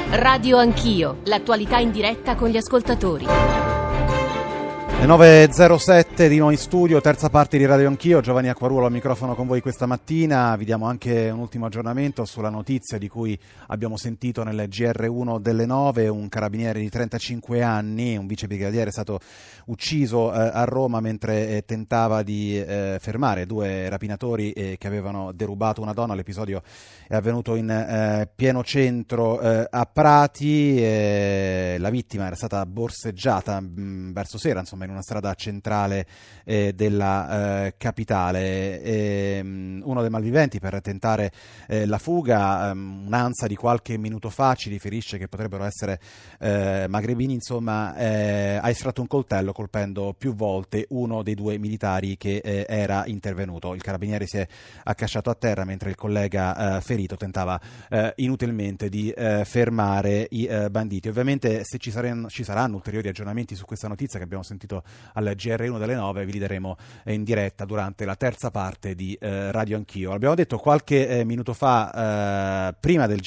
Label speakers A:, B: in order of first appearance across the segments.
A: Radio Anch'io, l'attualità in diretta con gli ascoltatori.
B: Le 9.07 di nuovo in studio, terza parte di Radio Anch'io, Giovanni Acquaruolo al microfono con voi questa mattina. Vi diamo anche un ultimo aggiornamento sulla notizia di cui abbiamo sentito nel GR1 delle 9, un carabiniere di 35 anni, un vicebrigadiere, è stato ucciso a Roma mentre tentava di fermare due rapinatori che avevano derubato una donna. L'episodio è avvenuto in pieno centro a Prati, la vittima era stata borseggiata verso sera, insomma, in una strada centrale della capitale. Uno dei malviventi, per tentare la fuga, un'ANSA di qualche minuto fa ci riferisce che potrebbero essere magrebini, insomma, ha estratto un coltello colpendo più volte uno dei due militari che era intervenuto. Il carabiniere si è accasciato a terra mentre il collega ferito tentava inutilmente di fermare i banditi. Ovviamente, se ci saranno ulteriori aggiornamenti su questa notizia che abbiamo sentito al GR1 delle 9, vi li daremo in diretta durante la terza parte di Radio Anch'io. L'abbiamo detto qualche minuto fa, prima del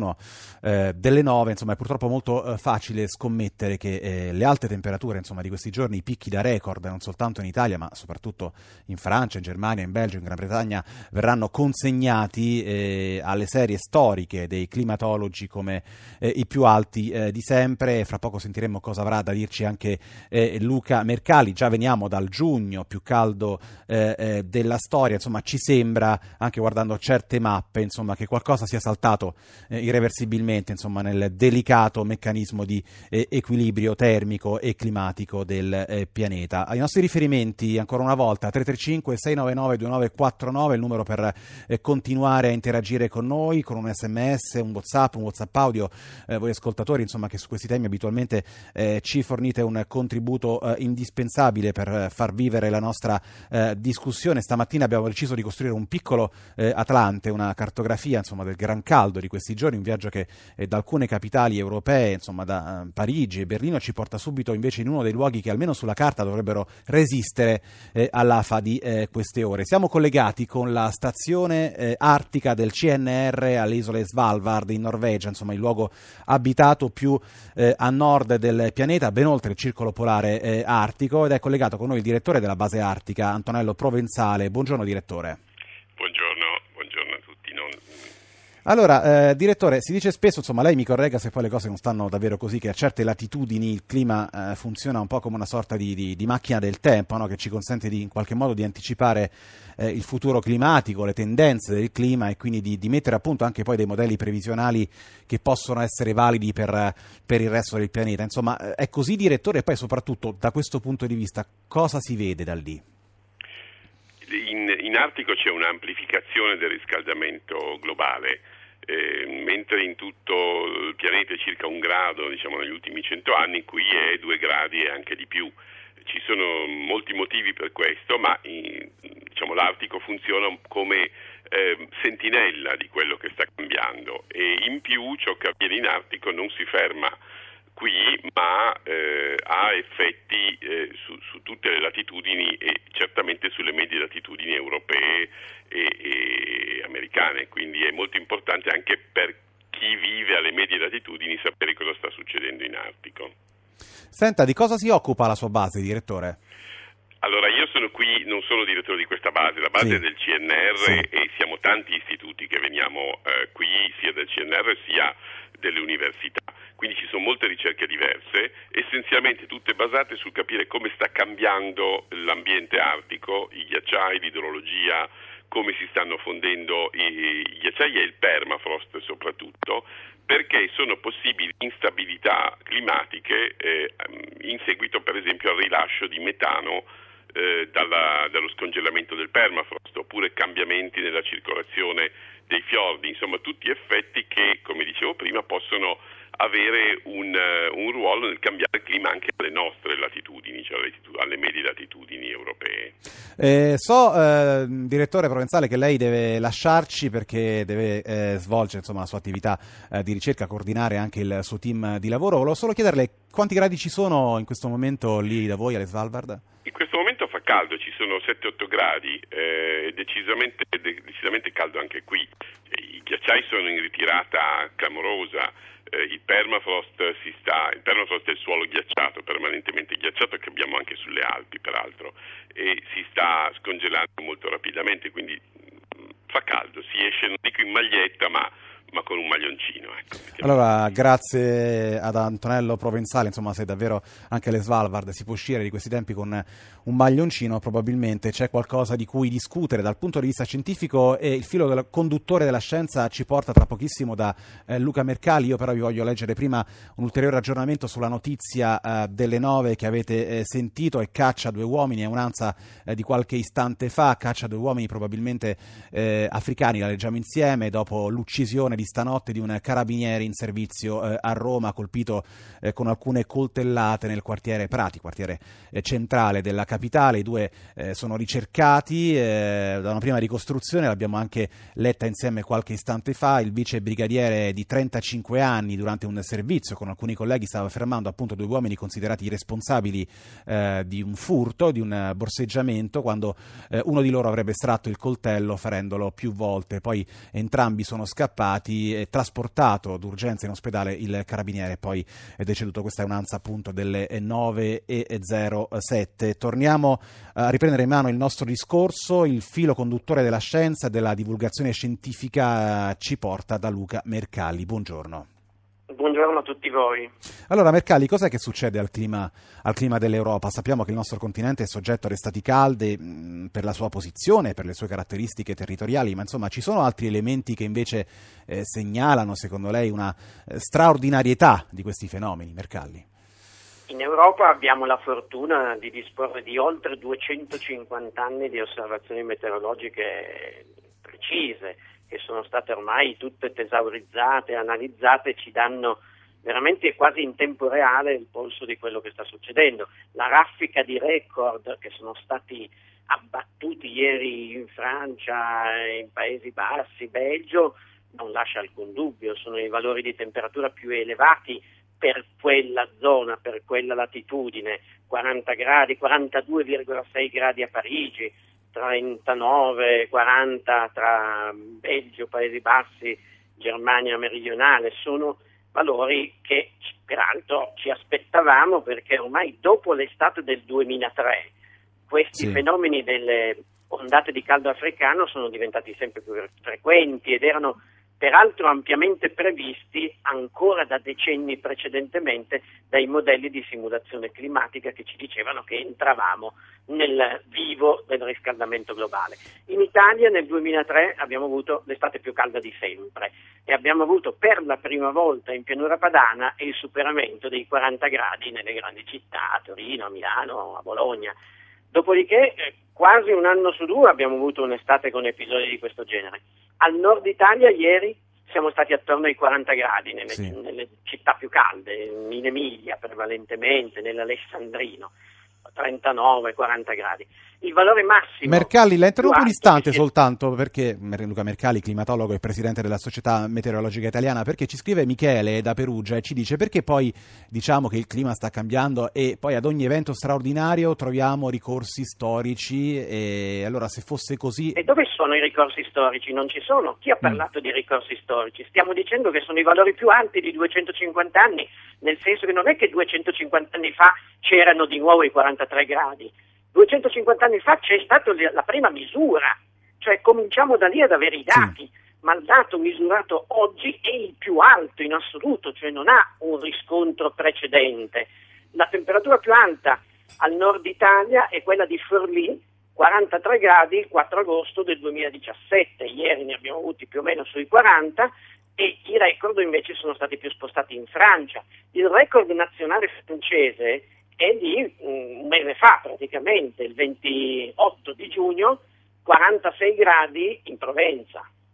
B: GR1 delle 9, insomma, è purtroppo molto facile scommettere che le alte temperature, insomma, di questi giorni, i picchi da record, non soltanto in Italia ma soprattutto in Francia, in Germania, in Belgio, in Gran Bretagna, verranno consegnati alle serie storiche dei climatologi come i più alti di sempre. Fra poco sentiremo cosa avrà da dirci anche Luca Mercalli. Già veniamo dal giugno più caldo della storia, insomma, ci sembra, anche guardando certe mappe, insomma, che qualcosa sia saltato irreversibilmente, insomma, nel delicato meccanismo di equilibrio termico e climatico del pianeta. Ai nostri riferimenti, ancora una volta, 335 699 2949, il numero per continuare a interagire con noi, con un SMS, un WhatsApp audio, voi ascoltatori, insomma, che su questi temi abitualmente ci fornite un contributo indispensabile per far vivere la nostra discussione. Stamattina abbiamo deciso di costruire un piccolo Atlante, una cartografia, insomma, del gran caldo di questi giorni, un viaggio che da alcune capitali europee, insomma, da Parigi e Berlino, ci porta subito invece in uno dei luoghi che almeno sulla carta dovrebbero resistere all'afa di queste ore. Siamo collegati con la stazione artica del CNR alle isole Svalbard in Norvegia, insomma, il luogo abitato più a nord del pianeta, ben oltre il circolo polare artico, ed è collegato con noi il direttore della base artica, Antonello Provenzale. Buongiorno direttore.
C: Buongiorno a tutti.
B: Allora, direttore, si dice spesso, insomma, lei mi corregga se poi le cose non stanno davvero così, che a certe latitudini il clima funziona un po' come una sorta di macchina del tempo, no? Che ci consente in qualche modo di anticipare il futuro climatico, le tendenze del clima, e quindi di mettere a punto anche poi dei modelli previsionali che possono essere validi per il resto del pianeta. Insomma, è così, direttore? E poi soprattutto, da questo punto di vista, cosa si vede da lì?
C: In Artico c'è un'amplificazione del riscaldamento globale, mentre in tutto il pianeta è circa 1 grado, diciamo, negli ultimi 100 anni, qui è 2 gradi e anche di più. Ci sono molti motivi per questo, ma diciamo, l'Artico funziona come sentinella di quello che sta cambiando, e in più ciò che avviene in Artico non si ferma qui, ma ha effetti su tutte le latitudini e certamente sulle medie latitudini europee e americane, quindi è molto importante anche per chi vive alle medie latitudini sapere cosa sta succedendo in Artico.
B: Senta, di cosa si occupa la sua base, direttore?
C: Allora, io sono qui, non sono direttore di questa base, la base è del CNR, e siamo tanti istituti che veniamo qui, sia del CNR sia delle università, quindi ci sono molte ricerche diverse, essenzialmente tutte basate sul capire come sta cambiando l'ambiente artico, i ghiacciai, l'idrologia, come si stanno fondendo i ghiacciai e il permafrost soprattutto, perché sono possibili instabilità climatiche in seguito, per esempio, al rilascio di metano dallo scongelamento del permafrost, oppure cambiamenti nella circolazione dei fiordi, insomma tutti effetti che, come dicevo prima, possono avere un ruolo nel cambiare il clima anche alle nostre latitudini, cioè alle medie latitudini europee.
B: Direttore Provenzale, che lei deve lasciarci perché deve svolgere, insomma, la sua attività di ricerca, coordinare anche il suo team di lavoro. Volevo solo chiederle quanti gradi ci sono in questo momento lì da voi alle Svalbard?
C: In questo momento fa caldo. caldo, ci sono 7-8 gradi, decisamente caldo anche qui. I ghiacciai sono in ritirata clamorosa, il permafrost è il suolo ghiacciato, permanentemente ghiacciato, che abbiamo anche sulle Alpi peraltro, e si sta scongelando molto rapidamente, quindi fa caldo, si esce non dico in maglietta ma con un maglioncino. Ecco.
B: Allora, grazie ad Antonello Provenzale, insomma, se davvero anche alle Svalbard si può uscire di questi tempi con un maglioncino, probabilmente c'è qualcosa di cui discutere dal punto di vista scientifico, e il filo conduttore della scienza ci porta tra pochissimo da Luca Mercalli. Io però vi voglio leggere prima un ulteriore aggiornamento sulla notizia delle 9 che avete sentito, e caccia 2 uomini, è un'ansa di qualche istante fa, caccia 2 uomini probabilmente africani, la leggiamo insieme, dopo l'uccisione di stanotte di un carabiniere in servizio a Roma, colpito con alcune coltellate nel quartiere Prati, quartiere centrale della capitale. I 2 sono ricercati da una prima ricostruzione, l'abbiamo anche letta insieme qualche istante fa. Il vice brigadiere di 35 anni, durante un servizio con alcuni colleghi, stava fermando appunto 2 uomini considerati responsabili di un furto, di un borseggiamento, quando uno di loro avrebbe estratto il coltello ferendolo più volte. Poi entrambi sono scappati, trasportato d'urgenza in ospedale il carabiniere, poi è deceduto. Questa è un'ansa appunto delle 9:07. Torniamo a riprendere in mano il nostro discorso. Il filo conduttore della scienza e della divulgazione scientifica ci porta da Luca Mercalli. Buongiorno.
D: Buongiorno a tutti voi.
B: Allora, Mercalli, cos'è che succede al clima dell'Europa? Sappiamo che il nostro continente è soggetto alle estati calde per la sua posizione, per le sue caratteristiche territoriali, ma insomma ci sono altri elementi che invece segnalano, secondo lei, una straordinarietà di questi fenomeni, Mercalli?
D: In Europa abbiamo la fortuna di disporre di oltre 250 anni di osservazioni meteorologiche precise, che sono state ormai tutte tesaurizzate, analizzate, ci danno veramente quasi in tempo reale il polso di quello che sta succedendo. La raffica di record che sono stati abbattuti ieri in Francia, in Paesi Bassi, Belgio, non lascia alcun dubbio, sono i valori di temperatura più elevati per quella zona, per quella latitudine, 40 gradi, 42,6 gradi a Parigi, 39, 40 tra Belgio, Paesi Bassi, Germania meridionale. Sono valori che peraltro ci aspettavamo, perché ormai dopo l'estate del 2003 questi fenomeni delle ondate di caldo africano sono diventati sempre più frequenti ed erano peraltro ampiamente previsti ancora da decenni precedentemente dai modelli di simulazione climatica che ci dicevano che entravamo nel vivo del riscaldamento globale. In Italia nel 2003 abbiamo avuto l'estate più calda di sempre e abbiamo avuto per la prima volta in pianura padana il superamento dei 40 gradi nelle grandi città, a Torino, a Milano, a Bologna. Dopodiché quasi un anno su 2 abbiamo avuto un'estate con episodi di questo genere. Al nord Italia ieri siamo stati attorno ai 40 gradi nelle città più calde, in Emilia prevalentemente, nell'Alessandrino, 39-40 gradi. Il valore massimo...
B: Mercalli, la interrompo un istante soltanto, perché Luca Mercalli, climatologo e presidente della Società Meteorologica Italiana, perché ci scrive Michele da Perugia e ci dice: perché poi diciamo che il clima sta cambiando e poi ad ogni evento straordinario troviamo ricorsi storici, e allora se fosse così...
D: E dove sono i ricorsi storici? Non ci sono. Chi ha parlato di ricorsi storici? Stiamo dicendo che sono i valori più alti di 250 anni, nel senso che non è che 250 anni fa c'erano di nuovo i 43 gradi. 250 anni fa c'è stata la prima misura, cioè cominciamo da lì ad avere i dati, ma il dato misurato oggi è il più alto in assoluto, cioè non ha un riscontro precedente. La temperatura più alta al nord Italia è quella di Forlì, 43 gradi il 4 agosto del 2017, ieri ne abbiamo avuti più o meno sui 40, e i record invece sono stati più spostati in Francia. Il record nazionale francese è di un mese fa praticamente, il 28 di giugno, 46 gradi in Provenza.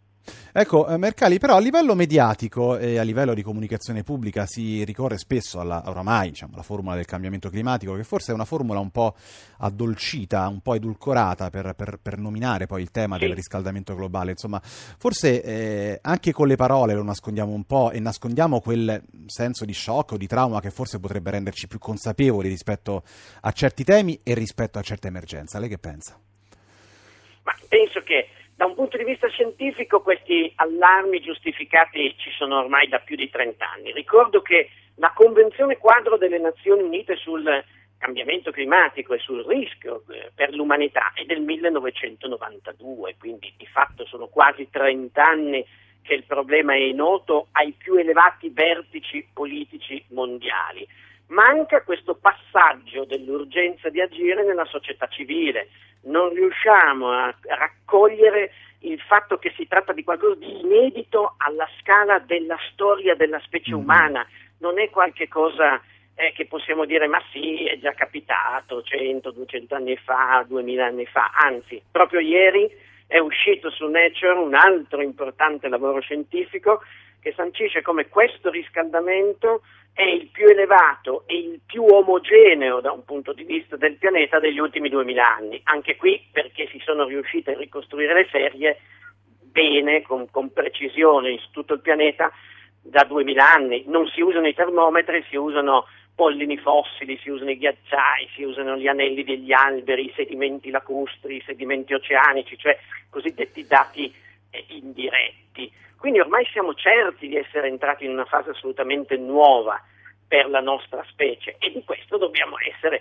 B: Ecco, Mercalli, però a livello mediatico e a livello di comunicazione pubblica si ricorre spesso oramai, diciamo, alla formula del cambiamento climatico, che forse è una formula un po' addolcita, un po' edulcorata per nominare poi il tema del riscaldamento globale. Insomma, forse anche con le parole lo nascondiamo un po' e nascondiamo quel senso di shock o di trauma che forse potrebbe renderci più consapevoli rispetto a certi temi e rispetto a certe emergenze. Lei che pensa?
D: Ma penso che da un punto di vista scientifico questi allarmi giustificati ci sono ormai da più di 30 anni. Ricordo che la Convenzione quadro delle Nazioni Unite sul cambiamento climatico e sul rischio per l'umanità è del 1992, quindi di fatto sono quasi 30 anni che il problema è noto ai più elevati vertici politici mondiali. Manca questo passaggio dell'urgenza di agire nella società civile. Non riusciamo a raccogliere il fatto che si tratta di qualcosa di inedito alla scala della storia della specie umana. Non è qualche cosa che possiamo dire ma sì, è già capitato 100, 200 anni fa, 2000 anni fa. Anzi, proprio ieri è uscito su Nature un altro importante lavoro scientifico che sancisce come questo riscaldamento è il più elevato e il più omogeneo da un punto di vista del pianeta degli ultimi 2000 anni. Anche qui perché si sono riuscite a ricostruire le serie bene, con precisione su tutto il pianeta da 2000 anni. Non si usano i termometri, si usano pollini fossili, si usano i ghiacciai, si usano gli anelli degli alberi, i sedimenti lacustri, i sedimenti oceanici, cioè cosiddetti dati indiretti. Quindi ormai siamo certi di essere entrati in una fase assolutamente nuova per la nostra specie e per questo dobbiamo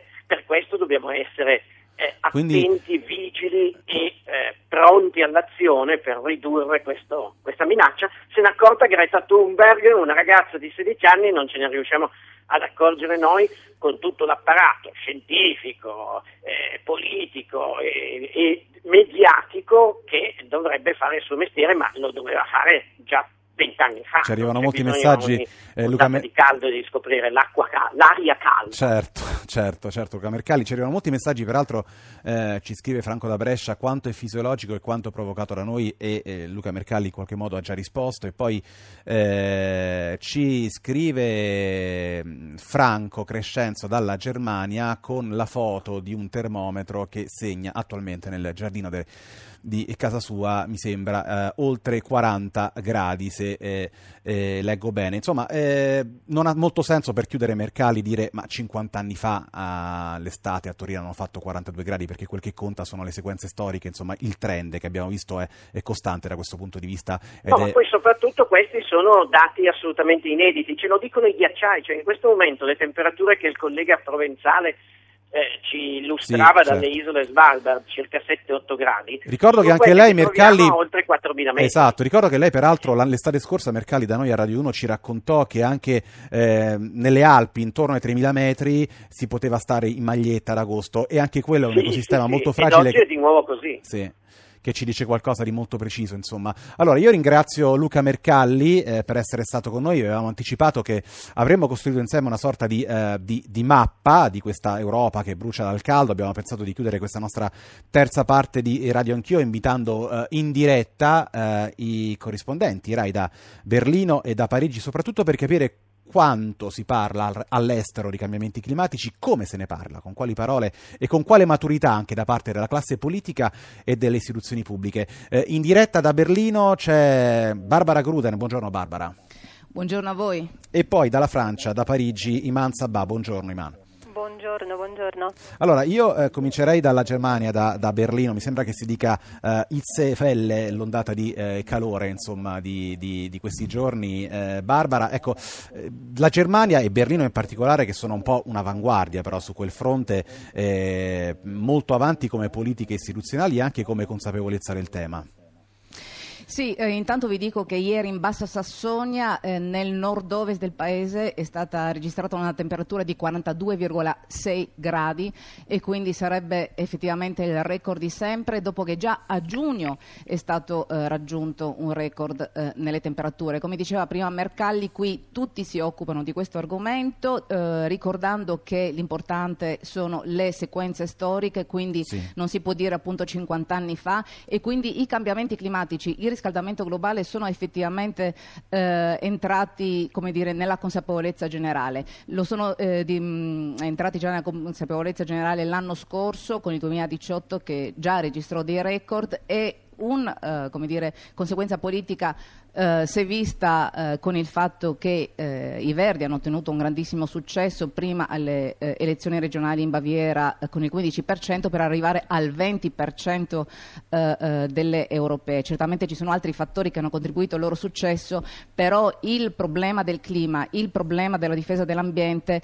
D: essere attenti, vigili e pronti all'azione per ridurre questa minaccia. Se ne è accorta Greta Thunberg, una ragazza di 16 anni, non ce ne riusciamo ad accorgere noi con tutto l'apparato scientifico, politico e mediatico che dovrebbe fare il suo mestiere, ma lo doveva fare già 20 anni fa.
B: Ci arrivano molti messaggi,
D: di caldo e di scoprire l'aria calda.
B: Certo, Luca Mercalli, ci arrivano molti messaggi, peraltro ci scrive Franco da Brescia quanto è fisiologico e quanto provocato da noi e Luca Mercalli in qualche modo ha già risposto, e poi ci scrive Franco Crescenzo dalla Germania con la foto di un termometro che segna attualmente nel giardino di casa sua, mi sembra, oltre 40 gradi se leggo bene. Insomma, non ha molto senso, per chiudere Mercalli, dire ma 50 anni fa l'estate a Torino hanno fatto 42 gradi, perché quel che conta sono le sequenze storiche. Insomma, il trend che abbiamo visto è costante da questo punto di vista.
D: Ma poi soprattutto questi sono dati assolutamente inediti, ce lo dicono i ghiacciai, cioè in questo momento le temperature che il collega Provenzale ci illustrava dalle isole Svalbard, circa 7-8 gradi.
B: Ricordo che anche lei, Mercalli,
D: oltre 4.000 metri.
B: Esatto, ricordo che lei peraltro l'estate scorsa, Mercalli, da noi a Radio 1 ci raccontò che anche nelle Alpi intorno ai 3.000 metri si poteva stare in maglietta ad agosto, e anche quello è un ecosistema molto fragile.
D: Ed oggi è di nuovo così.
B: Sì, che ci dice qualcosa di molto preciso, insomma. Allora, io ringrazio Luca Mercalli per essere stato con noi. Avevamo anticipato che avremmo costruito insieme una sorta di mappa di questa Europa che brucia dal caldo. Abbiamo pensato di chiudere questa nostra terza parte di Radio Anch'io invitando in diretta i corrispondenti Rai da Berlino e da Parigi, soprattutto per capire quanto si parla all'estero di cambiamenti climatici, come se ne parla, con quali parole e con quale maturità anche da parte della classe politica e delle istituzioni pubbliche. In diretta da Berlino c'è Barbara Gruden. Buongiorno Barbara.
E: Buongiorno a voi.
B: E poi dalla Francia, da Parigi, Iman Sabah. Buongiorno Iman.
F: Buongiorno.
B: Allora, io comincerei dalla Germania, da Berlino. Mi sembra che si dica Hitzewelle, l'ondata di calore, insomma, di questi giorni. Barbara, ecco, la Germania e Berlino in particolare, che sono un po' un'avanguardia però su quel fronte, molto avanti come politiche istituzionali e anche come consapevolezza del tema.
E: Sì, intanto vi dico che ieri in Bassa Sassonia, nel nord-ovest del paese, è stata registrata una temperatura di 42,6 gradi e quindi sarebbe effettivamente il record di sempre, dopo che già a giugno è stato raggiunto un record nelle temperature. Come diceva prima Mercalli, qui tutti si occupano di questo argomento, ricordando che l'importante sono le sequenze storiche, quindi non si può dire appunto 50 anni fa, e quindi i cambiamenti climatici, il riscaldamento globale sono effettivamente entrati, come dire, nella consapevolezza generale. Lo sono entrati già nella consapevolezza generale l'anno scorso con il 2018, che già registrò dei record, e come dire, conseguenza politica si è vista con il fatto che i Verdi hanno ottenuto un grandissimo successo prima alle elezioni regionali in Baviera con il 15%, per arrivare al 20% delle europee. Certamente ci sono altri fattori che hanno contribuito al loro successo, però il problema del clima, il problema della difesa dell'ambiente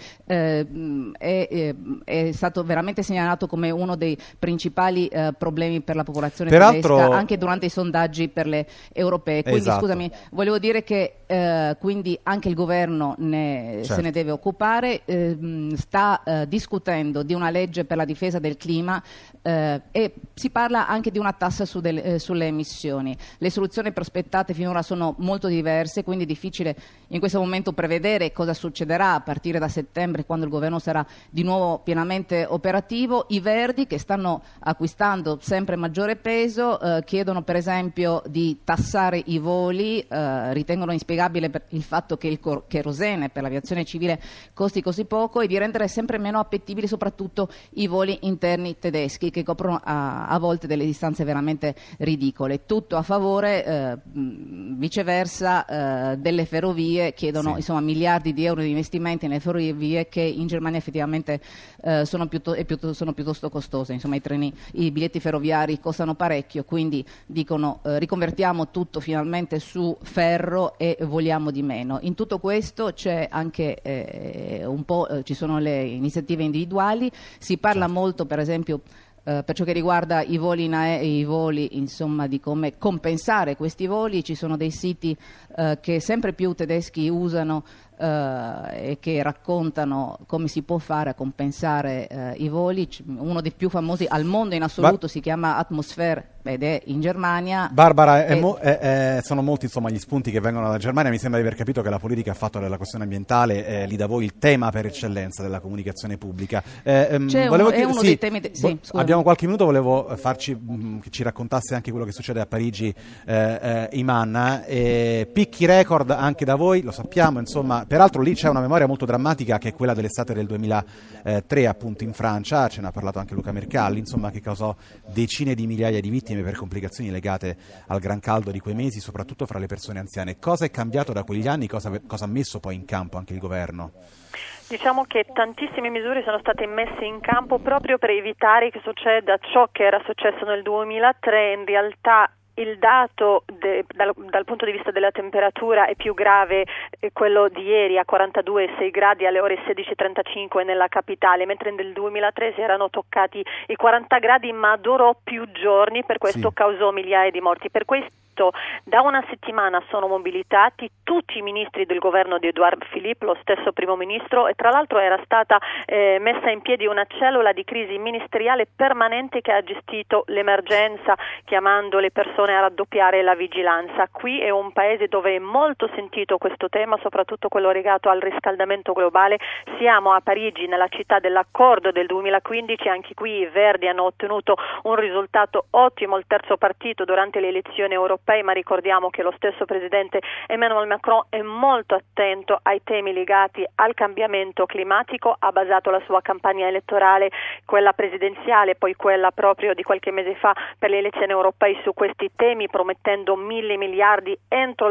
E: è stato veramente segnalato come uno dei principali problemi per la popolazione tedesca, anche durante i sondaggi per le europee. Quindi
B: esatto.
E: Scusami, volevo dire che quindi anche il governo se ne deve occupare, sta discutendo di una legge per la difesa del clima e si parla anche di una tassa sulle emissioni. Le soluzioni prospettate finora sono molto diverse, quindi è difficile in questo momento prevedere cosa succederà a partire da settembre, quando il governo sarà di nuovo pienamente operativo. I Verdi, che stanno acquistando sempre maggiore peso, chiedono per esempio di tassare i voli, ritengono inspiegabile il fatto che il kerosene per l'aviazione civile costi così poco, e di rendere sempre meno appetibili soprattutto i voli interni tedeschi, che coprono a volte delle distanze veramente ridicole. Tutto a favore, viceversa, delle ferrovie. Chiedono insomma miliardi di euro di investimenti nelle ferrovie, che in Germania effettivamente sono piuttosto costose. Insomma, i biglietti ferroviari costano parecchio, quindi dicono riconvertiamo tutto finalmente su ferro e voliamo di meno. In tutto questo c'è anche ci sono le iniziative individuali. Si parla molto, per esempio, per ciò che riguarda i voli, insomma, di come compensare questi voli. Ci sono dei siti che sempre più tedeschi usano e che raccontano come si può fare a compensare i voli. Uno dei più famosi al mondo in assoluto si chiama Atmosphere ed è in Germania.
B: Barbara, sono molti insomma gli spunti che vengono dalla Germania. Mi sembra di aver capito che la politica ha fatto della questione ambientale lì da voi il tema per eccellenza della comunicazione pubblica.
E: Dei temi
B: abbiamo qualche minuto, volevo farci che ci raccontasse anche quello che succede a Parigi, Iman, picchi record anche da voi, lo sappiamo, insomma. Peraltro lì c'è una memoria molto drammatica, che è quella dell'estate del 2003 appunto in Francia, ce ne ha parlato anche Luca Mercalli, insomma, che causò decine di migliaia di vittime per complicazioni legate al gran caldo di quei mesi, soprattutto fra le persone anziane. Cosa è cambiato da quegli anni? Cosa ha messo poi in campo anche il governo?
F: Diciamo che tantissime misure sono state messe in campo proprio per evitare che succeda ciò che era successo nel 2003. In realtà il dato dal punto di vista della temperatura è più grave quello di ieri, a 42,6 gradi alle ore 16:35 nella capitale, mentre nel 2003 si erano toccati i 40 gradi, ma durò più giorni, per questo causò migliaia di morti. Per questo da una settimana sono mobilitati tutti i ministri del governo di Edouard Philippe, lo stesso primo ministro, e tra l'altro era stata messa in piedi una cellula di crisi ministeriale permanente che ha gestito l'emergenza, chiamando le persone a raddoppiare la vigilanza. Qui è un paese dove è molto sentito questo tema, soprattutto quello legato al riscaldamento globale. Siamo a Parigi, nella città dell'accordo del 2015, anche qui i Verdi hanno ottenuto un risultato ottimo, il terzo partito durante le elezioni europee, ma ricordiamo che lo stesso presidente Emmanuel Macron è molto attento ai temi legati al cambiamento climatico, ha basato la sua campagna elettorale, quella presidenziale, poi quella proprio di qualche mese fa per le elezioni europee, su questi temi, promettendo 1.000 miliardi entro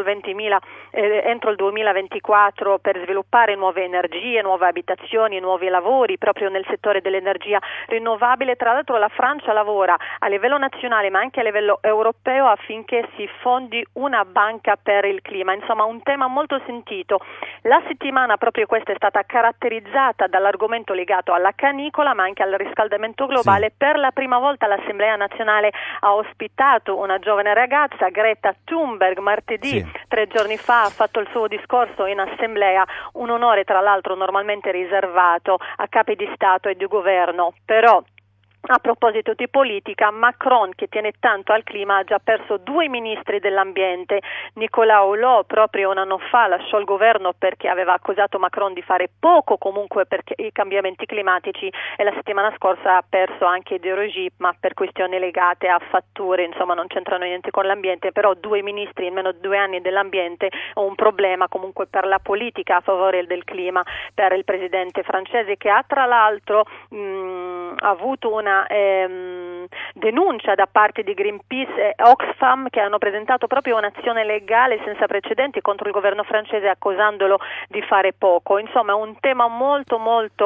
F: il 2024 per sviluppare nuove energie, nuove abitazioni, nuovi lavori proprio nel settore dell'energia rinnovabile. Tra l'altro la Francia lavora a livello nazionale ma anche a livello europeo affinché si fondi una banca per il clima, insomma un tema molto sentito. La settimana proprio questa è stata caratterizzata dall'argomento legato alla canicola ma anche al riscaldamento globale. Per la prima volta l'Assemblea nazionale ha ospitato una giovane ragazza, Greta Thunberg, martedì 3 giorni fa ha fatto il suo discorso in assemblea, un onore tra l'altro normalmente riservato a capi di Stato e di governo, però A proposito di politica, Macron, che tiene tanto al clima, ha già perso 2 ministri dell'ambiente. Nicolas Hulot proprio un anno fa lasciò il governo perché aveva accusato Macron di fare poco comunque per i cambiamenti climatici, e la settimana scorsa ha perso anche De Rugy, ma per questioni legate a fatture, insomma non c'entrano niente con l'ambiente. Però 2 ministri in meno di 2 anni dell'ambiente è un problema comunque per la politica a favore del clima, per il presidente francese, che ha tra l'altro ha avuto una denuncia da parte di Greenpeace e Oxfam, che hanno presentato proprio un'azione legale senza precedenti contro il governo francese, accusandolo di fare poco. Insomma è un tema molto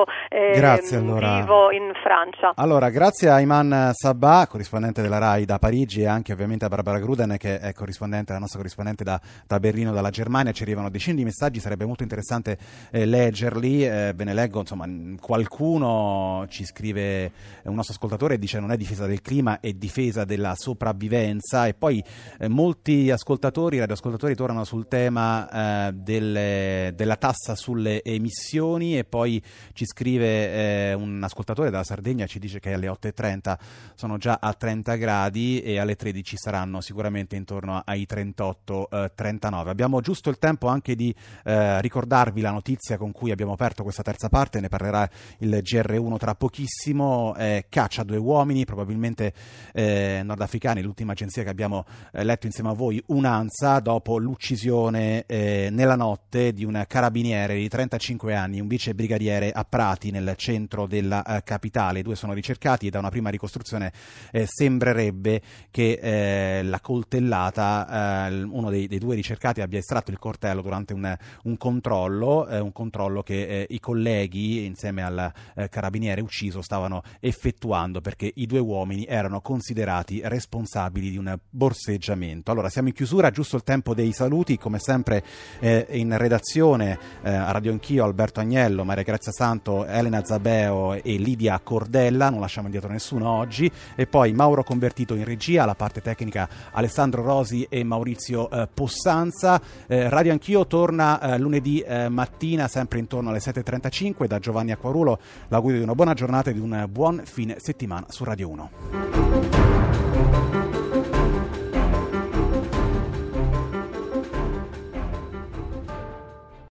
F: vivo in Francia.
B: Allora, grazie a Iman Sabbah, corrispondente della RAI da Parigi, e anche ovviamente a Barbara Gruden, che è la nostra corrispondente da Berlino, dalla Germania. Ci arrivano decine di messaggi, sarebbe molto interessante leggerli. Ve ne leggo, insomma, qualcuno ci scrive, un nostro ascoltatore dice: non è difesa del clima, è difesa della sopravvivenza. E poi molti radioascoltatori tornano sul tema della tassa sulle emissioni, e poi ci scrive un ascoltatore dalla Sardegna, ci dice che alle 8:30 sono già a 30 gradi e alle 13 saranno sicuramente intorno ai 38-39. Abbiamo giusto il tempo anche di ricordarvi la notizia con cui abbiamo aperto questa terza parte, ne parlerà il GR1 tra pochissimo. Caccia 2 uomini, probabilmente nordafricani, l'ultima agenzia che abbiamo letto insieme a voi, UNANSA, dopo l'uccisione nella notte di un carabiniere di 35 anni, un vice brigadiere, a Prati, nel centro della capitale. I 2 sono ricercati e da una prima ricostruzione sembrerebbe che la coltellata, uno dei 2 ricercati abbia estratto il coltello durante un controllo che i colleghi, insieme al carabiniere ucciso, stavano effettuando, perché i 2 uomini erano considerati responsabili di un borseggiamento. Allora, siamo in chiusura, giusto il tempo dei saluti. Come sempre in redazione a Radio Anch'io Alberto Agnello, Maria Grazia Santo, Elena Zabeo e Lidia Cordella, non lasciamo indietro nessuno oggi, e poi Mauro Convertito in regia, alla parte tecnica Alessandro Rosi e Maurizio Possanza. Radio Anch'io torna lunedì mattina sempre intorno alle 7:35. Da Giovanni Acquarulo l'augurio di una buona giornata e di un buon fine settimana su Radio 1.